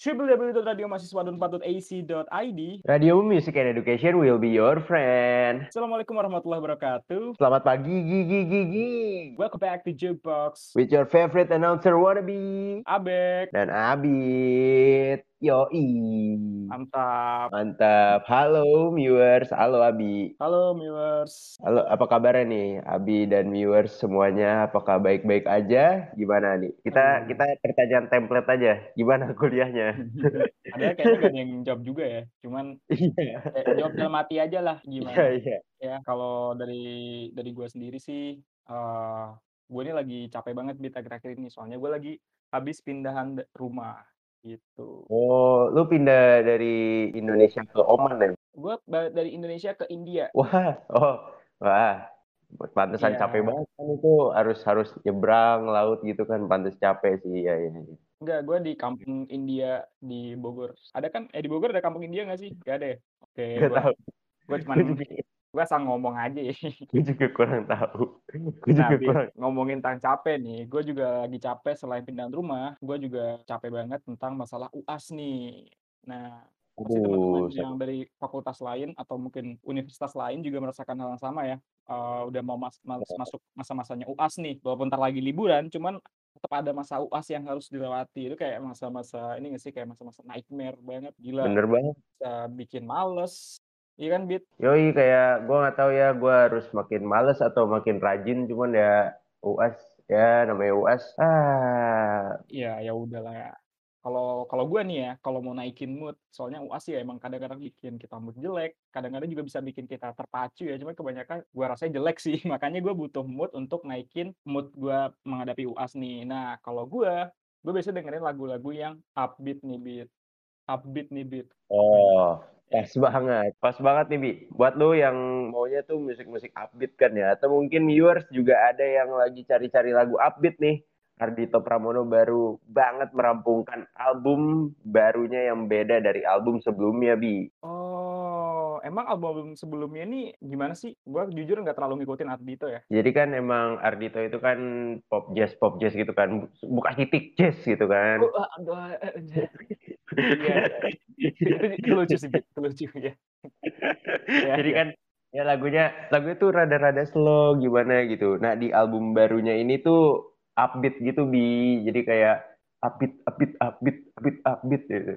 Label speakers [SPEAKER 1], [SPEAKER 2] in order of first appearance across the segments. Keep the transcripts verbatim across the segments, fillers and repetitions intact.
[SPEAKER 1] w w w dot radio mahasiswa unpad dot a c dot i d.
[SPEAKER 2] Radio Music and Education will be your friend.
[SPEAKER 1] Assalamualaikum warahmatullahi wabarakatuh.
[SPEAKER 2] Selamat pagi, gigi, gigi.
[SPEAKER 1] Welcome back to Jukebox.
[SPEAKER 2] With your favorite announcer wannabe.
[SPEAKER 1] Abek.
[SPEAKER 2] Dan Abid. Yoi.
[SPEAKER 1] Mantap.
[SPEAKER 2] Mantap. Halo viewers. Halo Abi.
[SPEAKER 1] Halo viewers.
[SPEAKER 2] Halo, apa kabarnya nih Abi dan viewers semuanya? Apakah baik-baik aja? Gimana nih? Kita
[SPEAKER 1] Aduh.
[SPEAKER 2] kita pertanyaan template aja. Gimana kuliahnya?
[SPEAKER 1] Padahal kayaknya gak ada yang jawab juga ya. Cuman
[SPEAKER 2] Iya.
[SPEAKER 1] eh, jawab dalam hati aja lah
[SPEAKER 2] Iya,
[SPEAKER 1] gimana.
[SPEAKER 2] iya.
[SPEAKER 1] Ya kalau dari dari gue sendiri sih, uh, gue ini lagi capek banget Bit akhir-akhir ini. Soalnya gue lagi habis pindahan da- rumah gitu.
[SPEAKER 2] Oh, lu pindah dari Indonesia ke Oman ya?
[SPEAKER 1] Gue dari Indonesia ke India.
[SPEAKER 2] Wah, oh, wah, pantesan
[SPEAKER 1] Iya.
[SPEAKER 2] capek banget kan itu harus harus nyebrang laut gitu kan, pantes capek sih ya, ya.
[SPEAKER 1] Enggak, gue di kampung India di Bogor. Ada kan? Eh di Bogor ada kampung India nggak sih? Gak ada ya? Oke,
[SPEAKER 2] Gak
[SPEAKER 1] gue
[SPEAKER 2] tahu,
[SPEAKER 1] gue cuman
[SPEAKER 2] gue juga,
[SPEAKER 1] gue asal ngomong aja. Ya.
[SPEAKER 2] gue juga kurang tahu, gue
[SPEAKER 1] Nah,
[SPEAKER 2] juga
[SPEAKER 1] Bit,
[SPEAKER 2] kurang.
[SPEAKER 1] ngomongin tentang capek nih, gue juga lagi capek selain pindahan rumah, gue juga capek banget tentang masalah U A S nih. Nah, pasti teman-teman
[SPEAKER 2] Aduh,
[SPEAKER 1] yang
[SPEAKER 2] sakit.
[SPEAKER 1] dari fakultas lain atau mungkin universitas lain juga merasakan hal yang sama ya. Eh, udah mau mas mas- masuk masa-masanya U A S nih, walaupun ntar lagi liburan, cuman tetap ada masa U A S yang harus dilewati. Itu kayak masa-masa ini nggak sih, kayak masa-masa nightmare banget, gila.
[SPEAKER 2] Bener banget.
[SPEAKER 1] Bisa bikin males, iya kan, Bit?
[SPEAKER 2] Yoi, kayak gue nggak tahu ya, gue harus makin males atau makin rajin, cuman ya U A S ya namanya U A S. Ah,
[SPEAKER 1] Ya, ya udahlah ya. Kalau kalau gue nih ya, kalau mau naikin mood, soalnya U A S ya emang kadang-kadang bikin kita mood jelek, kadang-kadang juga bisa bikin kita terpacu ya, cuma kebanyakan gue rasanya jelek sih, makanya gue butuh mood untuk naikin mood gue menghadapi U A S nih. Nah, kalau gue, gue biasanya dengerin lagu-lagu yang upbeat nih, beat. Upbeat nih, beat. Nah,
[SPEAKER 2] oh,
[SPEAKER 1] ya.
[SPEAKER 2] pas banget. Pas banget nih, Bi. Buat lu yang maunya tuh musik-musik upbeat kan ya. Atau mungkin viewers juga ada yang lagi cari-cari lagu upbeat nih. Ardhito Pramono baru banget merampungkan album barunya yang beda dari album sebelumnya, Bi.
[SPEAKER 1] Oh, emang album sebelumnya ini gimana sih? Gue jujur nggak terlalu ngikutin Ardhito ya.
[SPEAKER 2] Jadi kan emang Ardhito itu kan pop jazz, pop jazz gitu kan. Bukan titik jazz gitu kan.
[SPEAKER 1] Oh, aduh, iya, iya. Itu, itu lucu sih, Bit. Itu lucu ya. Ya,
[SPEAKER 2] Jadi
[SPEAKER 1] ya.
[SPEAKER 2] kan ya lagunya lagunya tuh rada-rada slow gimana gitu. Nah di album barunya ini tuh upbeat gitu Bi. Jadi kayak upbeat upbeat upbeat upbeat upbeat gitu.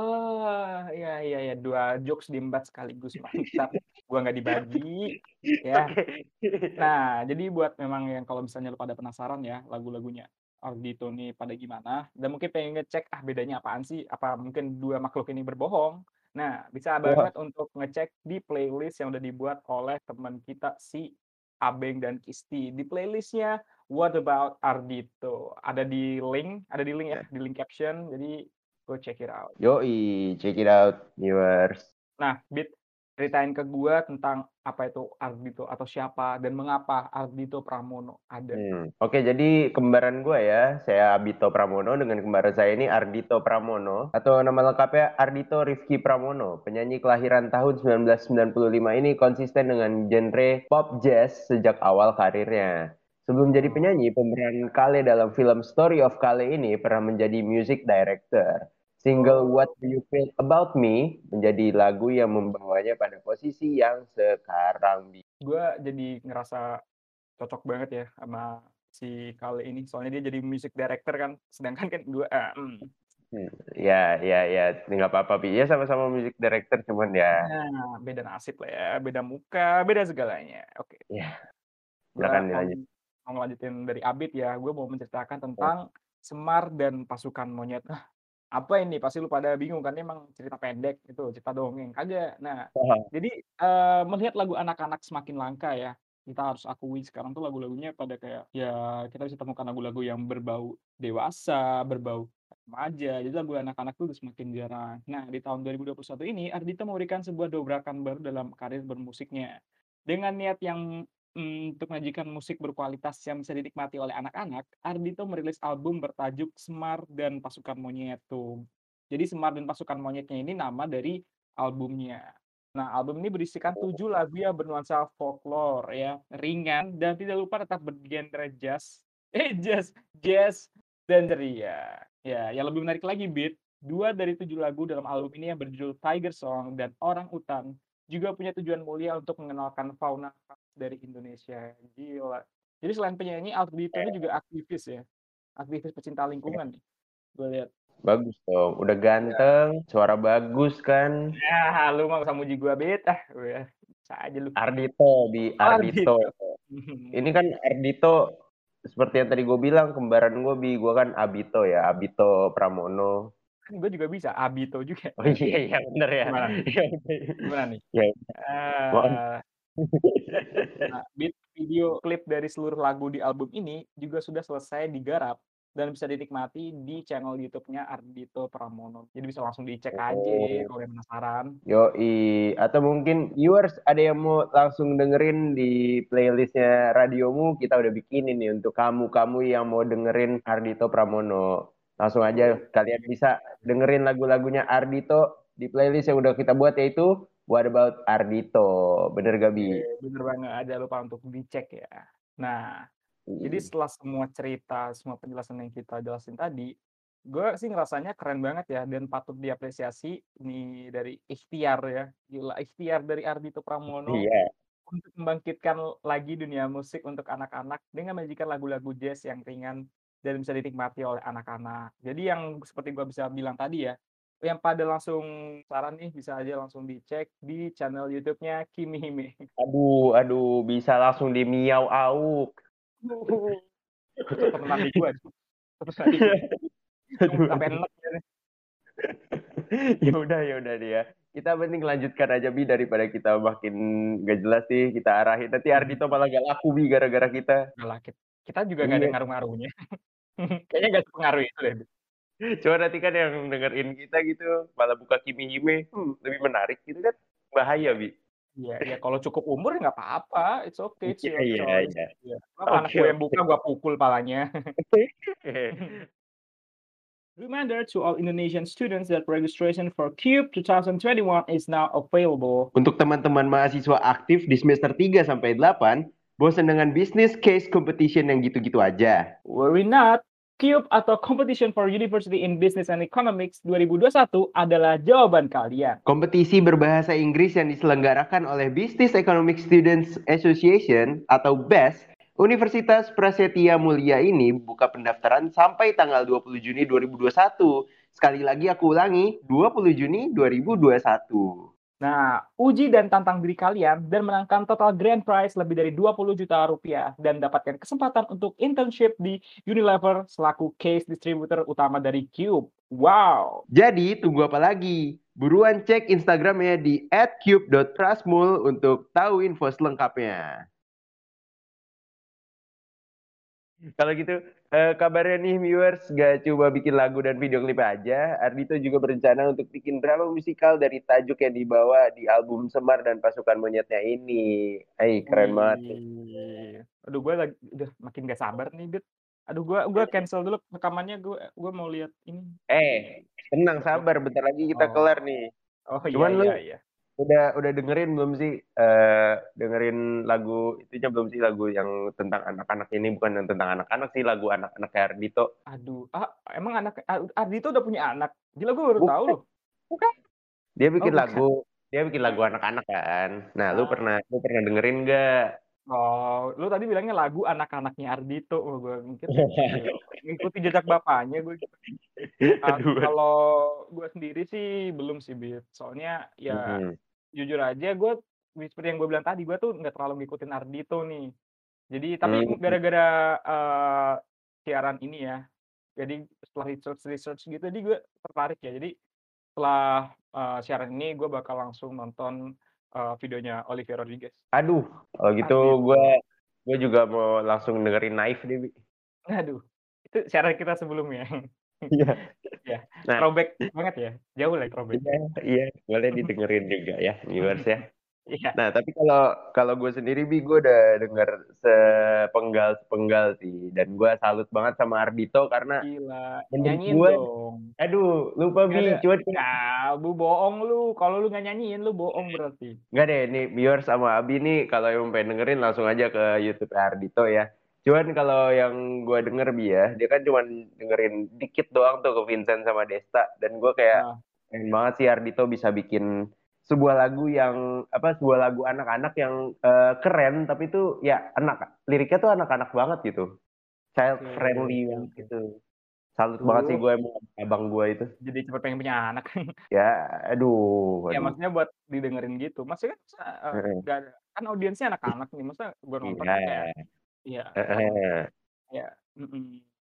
[SPEAKER 1] Oh, iya, iya, ya. Dua jokes diembat sekaligus. Mantap. Gua nggak dibagi. Ya.
[SPEAKER 2] Oke.
[SPEAKER 1] Nah, jadi buat memang yang kalau misalnya lu pada penasaran ya lagu-lagunya Ardhito nih pada gimana, dan mungkin pengen ngecek ah bedanya apaan sih, apa mungkin dua makhluk ini berbohong. Nah, bisa
[SPEAKER 2] Wah,
[SPEAKER 1] banget untuk ngecek di playlist yang udah dibuat oleh teman kita si Abeng dan Kisti. Di playlistnya What About Ardhito. Ada di link, ada di link ya, di link caption. Jadi go check it out.
[SPEAKER 2] yoi, check it out viewers.
[SPEAKER 1] Nah, Bit, ceritain ke gua tentang apa itu Ardhito atau siapa dan mengapa Ardhito Pramono ada.
[SPEAKER 2] Hmm. Oke, jadi kembaran gue ya, saya Abito Pramono dengan kembaran saya ini Ardhito Pramono atau nama lengkapnya Ardhito Rifki Pramono. Penyanyi kelahiran tahun seribu sembilan ratus sembilan puluh lima ini konsisten dengan genre pop jazz sejak awal karirnya. Sebelum jadi
[SPEAKER 1] Oh,
[SPEAKER 2] penyanyi, pemeran Kale dalam film Story of Kale ini pernah menjadi music director. Single What
[SPEAKER 1] oh,
[SPEAKER 2] Do You Feel About Me menjadi lagu yang membawanya pada posisi yang sekarang.
[SPEAKER 1] gua jadi ngerasa cocok banget ya sama si Kale ini. Soalnya dia jadi music director kan, sedangkan kan gua ah, hmm.
[SPEAKER 2] Hmm, ya, ya, ya, nggak apa-apa, Pi. Ya sama-sama music director, cuman ya,
[SPEAKER 1] Nah, beda nasib lah ya, beda muka, beda segalanya. Oke,
[SPEAKER 2] ya,
[SPEAKER 1] gua
[SPEAKER 2] silakan
[SPEAKER 1] mau
[SPEAKER 2] dilanjut.
[SPEAKER 1] mau ngelanjutin dari Abid ya. Gue mau menceritakan tentang Semar dan Pasukan Monyet. Apa ini? Pasti lu pada bingung kan, ini emang cerita pendek itu, cerita dongeng, kagak. Nah,
[SPEAKER 2] Wah,
[SPEAKER 1] jadi, eee, melihat lagu anak-anak semakin langka ya, kita harus akui sekarang tuh lagu-lagunya pada kayak, ya kita bisa temukan lagu-lagu yang berbau dewasa, berbau remaja, jadi lagu anak-anak tuh udah semakin jarang. Nah, di tahun dua ribu dua puluh satu ini, Ardhito memberikan sebuah dobrakan baru dalam karir bermusiknya. Dengan niat yang, mmm, untuk menyajikan musik berkualitas yang bisa dinikmati oleh anak-anak, Ardhito merilis album bertajuk Semar dan Pasukan Monyet tuh. Jadi Semar dan Pasukan Monyetnya ini nama dari albumnya. Nah, album ini berisikan tujuh lagu yang bernuansa folklore ya, ringan dan tidak lupa tetap bergenre jazz eh, jazz jazz dan ceria. Ya, yang lebih menarik lagi, Beat, Dua dari tujuh lagu dalam album ini yang berjudul Tiger Song dan Orang Utan juga punya tujuan mulia untuk mengenalkan fauna dari Indonesia. Gila. Jadi selain penyanyi, Ardhito ini juga aktivis ya, aktivis pecinta lingkungan nih, gue lihat.
[SPEAKER 2] Bagus dong, udah
[SPEAKER 1] Iya.
[SPEAKER 2] ganteng, suara bagus kan.
[SPEAKER 1] Ya, lu mah nggak usah muji gua bet, ah, udah bisa aja lu.
[SPEAKER 2] Ardhito, di
[SPEAKER 1] Oh,
[SPEAKER 2] Ardhito.
[SPEAKER 1] Ardhito.
[SPEAKER 2] Ini kan Ardhito seperti yang tadi gue bilang, kembaran gue bi, gue kan Abito ya, Abito Pramono.
[SPEAKER 1] Kan gue juga bisa, Abito juga.
[SPEAKER 2] Oh iya iya bener ya.
[SPEAKER 1] Gimana nih?
[SPEAKER 2] Iya,
[SPEAKER 1] Gimana nih?
[SPEAKER 2] iya. Mohon.
[SPEAKER 1] Eee, nah, beat video klip dari seluruh lagu di album ini juga sudah selesai digarap dan bisa dinikmati di channel YouTube-nya Ardhito Pramono. Jadi bisa langsung dicek aja
[SPEAKER 2] Oh,
[SPEAKER 1] kalau yang penasaran.
[SPEAKER 2] yoi. Atau mungkin viewers ada yang mau langsung dengerin di playlistnya radiomu, kita udah bikinin nih untuk kamu-kamu yang mau dengerin Ardhito Pramono. Langsung aja kalian bisa dengerin lagu-lagunya Ardhito di playlist yang udah kita buat, yaitu What About Ardhito. Bener gak,
[SPEAKER 1] Oke,
[SPEAKER 2] Bi?
[SPEAKER 1] bener banget, jangan lupa untuk dicek ya. Nah, jadi
[SPEAKER 2] Hmm.
[SPEAKER 1] setelah semua cerita, semua penjelasan yang kita jelasin tadi, gue sih ngerasanya keren banget ya dan patut diapresiasi nih dari ikhtiar ya, gila ikhtiar dari Ardhito Pramono
[SPEAKER 2] Iya.
[SPEAKER 1] untuk membangkitkan lagi dunia musik untuk anak-anak dengan menyajikan lagu-lagu jazz yang ringan dan bisa dinikmati oleh anak-anak. Jadi yang seperti gue bisa bilang tadi ya, yang pada langsung saran nih bisa aja langsung dicek di channel YouTube-nya Kimi Hime.
[SPEAKER 2] Aduh, aduh, bisa langsung di miau auk.
[SPEAKER 1] Itu keturunan di gua, keturunan di gua. Yang
[SPEAKER 2] Aduh,
[SPEAKER 1] sampai
[SPEAKER 2] aduh.
[SPEAKER 1] enek ya.
[SPEAKER 2] Ya udah, ya udah deh ya. Kita mending lanjutkan aja Bi, daripada kita makin gak jelas sih kita arahin. Nanti Ardhito malah gak laku Bi gara-gara kita.
[SPEAKER 1] Enggak lah, kit kita juga nggak ada
[SPEAKER 2] Iya.
[SPEAKER 1] ngaruh-ngaruhnya. Kayaknya nggak sepengaruh itu deh.
[SPEAKER 2] Cuma nanti kan yang dengerin kita gitu malah buka Kimi Hime, hmm, lebih menarik gitu kan. Bahaya Bi.
[SPEAKER 1] Iya iya, kalau cukup umur ya nggak apa-apa, it's okay, it's
[SPEAKER 2] Iya,
[SPEAKER 1] your
[SPEAKER 2] iya,
[SPEAKER 1] choice.
[SPEAKER 2] iya.
[SPEAKER 1] Iya, kalau anak
[SPEAKER 2] Oke,
[SPEAKER 1] gue yang
[SPEAKER 2] oke.
[SPEAKER 1] buka, gua pukul palanya. Reminder to all Indonesian students that registration for CUBE twenty twenty-one is now available.
[SPEAKER 2] Untuk teman-teman mahasiswa aktif di semester tiga sampai delapan, bosan dengan bisnis case competition yang gitu-gitu aja.
[SPEAKER 1] Worry not, CUBE atau Competition for University in Business and Economics dua ribu dua puluh satu adalah jawaban kalian.
[SPEAKER 2] Kompetisi berbahasa Inggris yang diselenggarakan oleh Business Economic Students Association atau B E S, Universitas Prasetya Mulia ini buka pendaftaran sampai tanggal dua puluh Juni dua ribu dua puluh satu. Sekali lagi aku ulangi, dua puluh Juni dua ribu dua puluh satu.
[SPEAKER 1] Nah, uji dan tantang diri kalian dan menangkan total grand prize lebih dari dua puluh juta rupiah dan dapatkan kesempatan untuk internship di Unilever selaku case distributor utama dari CUBE. Wow.
[SPEAKER 2] Jadi tunggu apa lagi? Buruan cek Instagramnya di at cube dot prasmul untuk tahu info selengkapnya. Kalau gitu, eh, kabarnya nih viewers, gak coba bikin lagu dan video klip aja. Ardhito juga berencana untuk bikin drama musikal dari tajuk yang dibawa di album Semar dan Pasukan Monyetnya ini. Hai, keren banget nih.
[SPEAKER 1] Wih. Aduh, gue lagi udah makin gak sabar nih, Dit. Aduh, gue gue cancel dulu rekamannya, gue gue mau lihat ini.
[SPEAKER 2] Eh, tenang,
[SPEAKER 1] Lihat.
[SPEAKER 2] sabar, bentar lagi kita
[SPEAKER 1] Oh.
[SPEAKER 2] kelar nih.
[SPEAKER 1] Oh iya
[SPEAKER 2] Cuman lu
[SPEAKER 1] iya iya.
[SPEAKER 2] udah udah dengerin belum sih? Eh, dengerin lagu itunya belum sih, lagu yang tentang anak-anak ini, bukan yang tentang anak-anak sih, lagu anak-anak kayak Ardhito.
[SPEAKER 1] Aduh, ah, emang anak Ar Ardhito udah punya anak? Gila, gue baru tahu
[SPEAKER 2] Bukan,
[SPEAKER 1] loh.
[SPEAKER 2] bukan. Dia
[SPEAKER 1] Oh,
[SPEAKER 2] bikin
[SPEAKER 1] bukan.
[SPEAKER 2] lagu, dia bikin lagu anak-anak kan. Nah, lu pernah
[SPEAKER 1] Ah.
[SPEAKER 2] lu pernah dengerin gak?
[SPEAKER 1] Oh, lu tadi bilangnya lagu anak-anaknya Ardhito. Oh, gue mikir gila, ngikuti jejak bapaknya gue. Ah,
[SPEAKER 2] Aduh.
[SPEAKER 1] kalau gue sendiri sih belum sih, Bit. Soalnya ya
[SPEAKER 2] Mhm.
[SPEAKER 1] jujur aja gue seperti yang gue bilang tadi, gue tuh nggak terlalu ngikutin Ardhito nih. Jadi tapi
[SPEAKER 2] Mmm.
[SPEAKER 1] gara-gara, eee, siaran ini ya, jadi setelah research-research gitu, jadi gue tertarik ya. Jadi setelah, eee, siaran ini gue bakal langsung nonton, eee, videonya Olivia Rodriguez.
[SPEAKER 2] Aduh, kalau gitu gue
[SPEAKER 1] Ardhito.
[SPEAKER 2] gue juga mau langsung dengerin Naif deh, Bi.
[SPEAKER 1] Aduh, itu siaran kita sebelumnya.
[SPEAKER 2] Iya.
[SPEAKER 1] Iya,
[SPEAKER 2] Nah,
[SPEAKER 1] throwback banget ya, jauh lah throwback.
[SPEAKER 2] iya iya, boleh didengerin juga ya, viewers ya.
[SPEAKER 1] Iya,
[SPEAKER 2] Nah, tapi kalau kalau gue sendiri, Bi, gue udah denger sepenggal-sepenggal sih. Dan gue salut banget sama Ardhito karena
[SPEAKER 1] gila,
[SPEAKER 2] menurut
[SPEAKER 1] nyanyiin
[SPEAKER 2] gue,
[SPEAKER 1] dong.
[SPEAKER 2] aduh, lupa
[SPEAKER 1] Nggak ada
[SPEAKER 2] Bi, cuman
[SPEAKER 1] ya lu bohong lu, kalau lu nggak nyanyiin lu bohong berarti.
[SPEAKER 2] nggak deh, nih viewers sama Abi nih kalau yang pengen dengerin langsung aja ke YouTube Ardhito ya. Cuman kalau yang gue denger Bi ya, dia kan cuman dengerin dikit doang tuh ke Vincent sama Desta, dan gue kayak
[SPEAKER 1] Nah,
[SPEAKER 2] pengen banget sih Ardito bisa bikin sebuah lagu yang apa sebuah lagu anak-anak yang eh, keren tapi itu ya anak liriknya tuh anak-anak banget gitu, child
[SPEAKER 1] oke
[SPEAKER 2] friendly
[SPEAKER 1] oke
[SPEAKER 2] banget
[SPEAKER 1] oke.
[SPEAKER 2] gitu. Salut banget sih
[SPEAKER 1] Duh,
[SPEAKER 2] gue emang sama abang gue itu.
[SPEAKER 1] jadi cepet pengen punya anak.
[SPEAKER 2] Ya, aduh,
[SPEAKER 1] Ya
[SPEAKER 2] aduh.
[SPEAKER 1] maksudnya buat didengerin gitu. Maksudnya kan masa, eee,
[SPEAKER 2] Heeh.
[SPEAKER 1] nggak ada kan audiensnya anak-anak nih, masa gua nonton kan kayak,
[SPEAKER 2] Iya.
[SPEAKER 1] ya kalau
[SPEAKER 2] Heeh.
[SPEAKER 1] ya mhm,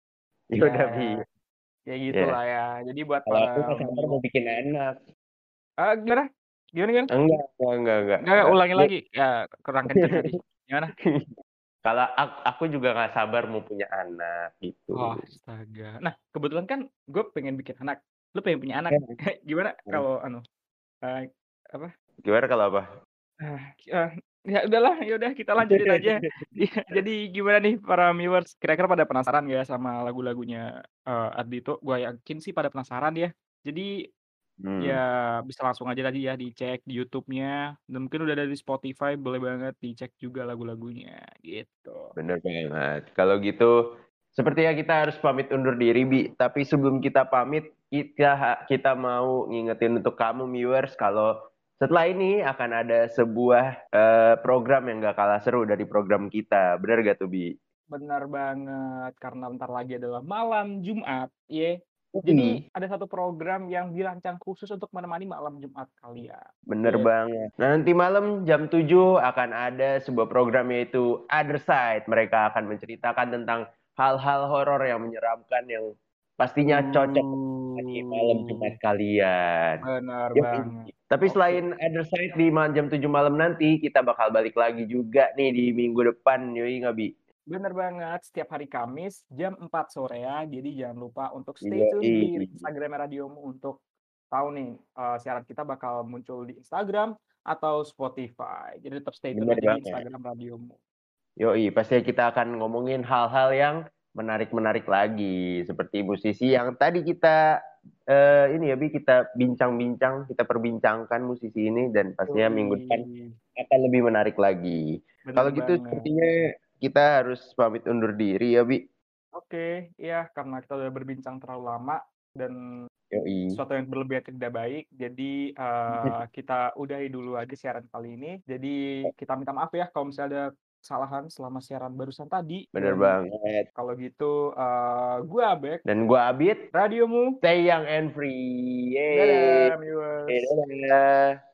[SPEAKER 2] Ya
[SPEAKER 1] ya
[SPEAKER 2] udah Bi.
[SPEAKER 1] ya
[SPEAKER 2] Ya.
[SPEAKER 1] gitulah ya. Jadi buat
[SPEAKER 2] Kalau aku
[SPEAKER 1] para
[SPEAKER 2] nggak sabar
[SPEAKER 1] Mio
[SPEAKER 2] mau bikin anak.
[SPEAKER 1] eee, gimana? Gimana gimana?
[SPEAKER 2] Enggak, enggak, enggak, enggak,
[SPEAKER 1] Enggak,
[SPEAKER 2] enggak.
[SPEAKER 1] ulangi
[SPEAKER 2] Ini
[SPEAKER 1] lagi, ya kurang kenceng tadi. Gimana?
[SPEAKER 2] kalau ak aku juga nggak sabar mau punya anak gitu.
[SPEAKER 1] Oh, astaga. Nah, kebetulan kan gue pengen bikin anak, lu pengen punya anak.
[SPEAKER 2] Heeh.
[SPEAKER 1] Gimana kalau anu, eee, apa,
[SPEAKER 2] Gimana kalau apa?
[SPEAKER 1] eh eh, ya udahlah, ya udah kita lanjutin aja. Iya, jadi gimana nih para viewers, kira-kira pada penasaran nggak sama lagu-lagunya, eee, Ardhito? Gua yakin sih pada penasaran ya. Jadi, ya
[SPEAKER 2] Hmm,
[SPEAKER 1] bisa langsung aja tadi ya dicek di YouTube-nya, dan mungkin udah ada di Spotify, boleh banget dicek juga lagu-lagunya, gitu.
[SPEAKER 2] bener banget. Kalau gitu, sepertinya kita harus pamit undur diri, Bi. Tapi sebelum kita pamit, kita ha- kita mau ngingetin untuk kamu viewers kalau setelah ini akan ada sebuah eh, program yang gak kalah seru dari program kita. Bener gak tuh, Bi?
[SPEAKER 1] Benar banget, karena bentar lagi adalah malam Jumat, ye. Jadi
[SPEAKER 2] Wih,
[SPEAKER 1] ada satu program yang dirancang khusus untuk menemani malam Jumat kalian,
[SPEAKER 2] bener
[SPEAKER 1] gitu.
[SPEAKER 2] banget. Nah, nanti malam jam tujuh akan ada sebuah program yaitu Other Side. Mereka akan menceritakan tentang hal-hal horor yang menyeramkan yang pastinya cocok di malam Jumat
[SPEAKER 1] Uh,
[SPEAKER 2] kalian.
[SPEAKER 1] benar
[SPEAKER 2] Yoi.
[SPEAKER 1] banget.
[SPEAKER 2] Tapi
[SPEAKER 1] Oke,
[SPEAKER 2] selain Other Side di ma- jam tujuh malam nanti, kita bakal balik lagi juga nih di minggu depan. Yoi nggak, Bi?
[SPEAKER 1] benar banget. Setiap hari Kamis jam empat sore ya. Jadi jangan lupa untuk stay tune
[SPEAKER 2] Yoi.
[SPEAKER 1] di Instagram Radiomu untuk tahu nih eh, siaran kita bakal muncul di Instagram atau Spotify. Jadi tetap stay tune
[SPEAKER 2] Bener
[SPEAKER 1] aja di
[SPEAKER 2] banget.
[SPEAKER 1] Instagram Radiomu.
[SPEAKER 2] Yoi, pasti kita akan ngomongin hal-hal yang menarik-menarik lagi. Seperti musisi yang tadi kita, eh, ini ya, Bi, kita bincang-bincang, kita perbincangkan musisi ini. Dan pastinya minggu depan
[SPEAKER 1] Yoi,
[SPEAKER 2] akan lebih menarik lagi.
[SPEAKER 1] bener
[SPEAKER 2] Kalau gitu
[SPEAKER 1] banget.
[SPEAKER 2] sepertinya kita harus pamit undur diri ya, Bi.
[SPEAKER 1] Oke, iya karena kita udah berbincang terlalu lama dan
[SPEAKER 2] Yoi.
[SPEAKER 1] sesuatu yang berlebihan tidak baik, jadi eh, kita udahi dulu aja siaran kali ini. Jadi kita minta maaf ya kalau misalnya ada kesalahan selama siaran barusan tadi.
[SPEAKER 2] Bener
[SPEAKER 1] Dan
[SPEAKER 2] banget.
[SPEAKER 1] kalau gitu, eh gue Abek,
[SPEAKER 2] Dan gua Abid,
[SPEAKER 1] radiomu.
[SPEAKER 2] stay young and free. Yeay.
[SPEAKER 1] Dadah, viewers.
[SPEAKER 2] Dadah.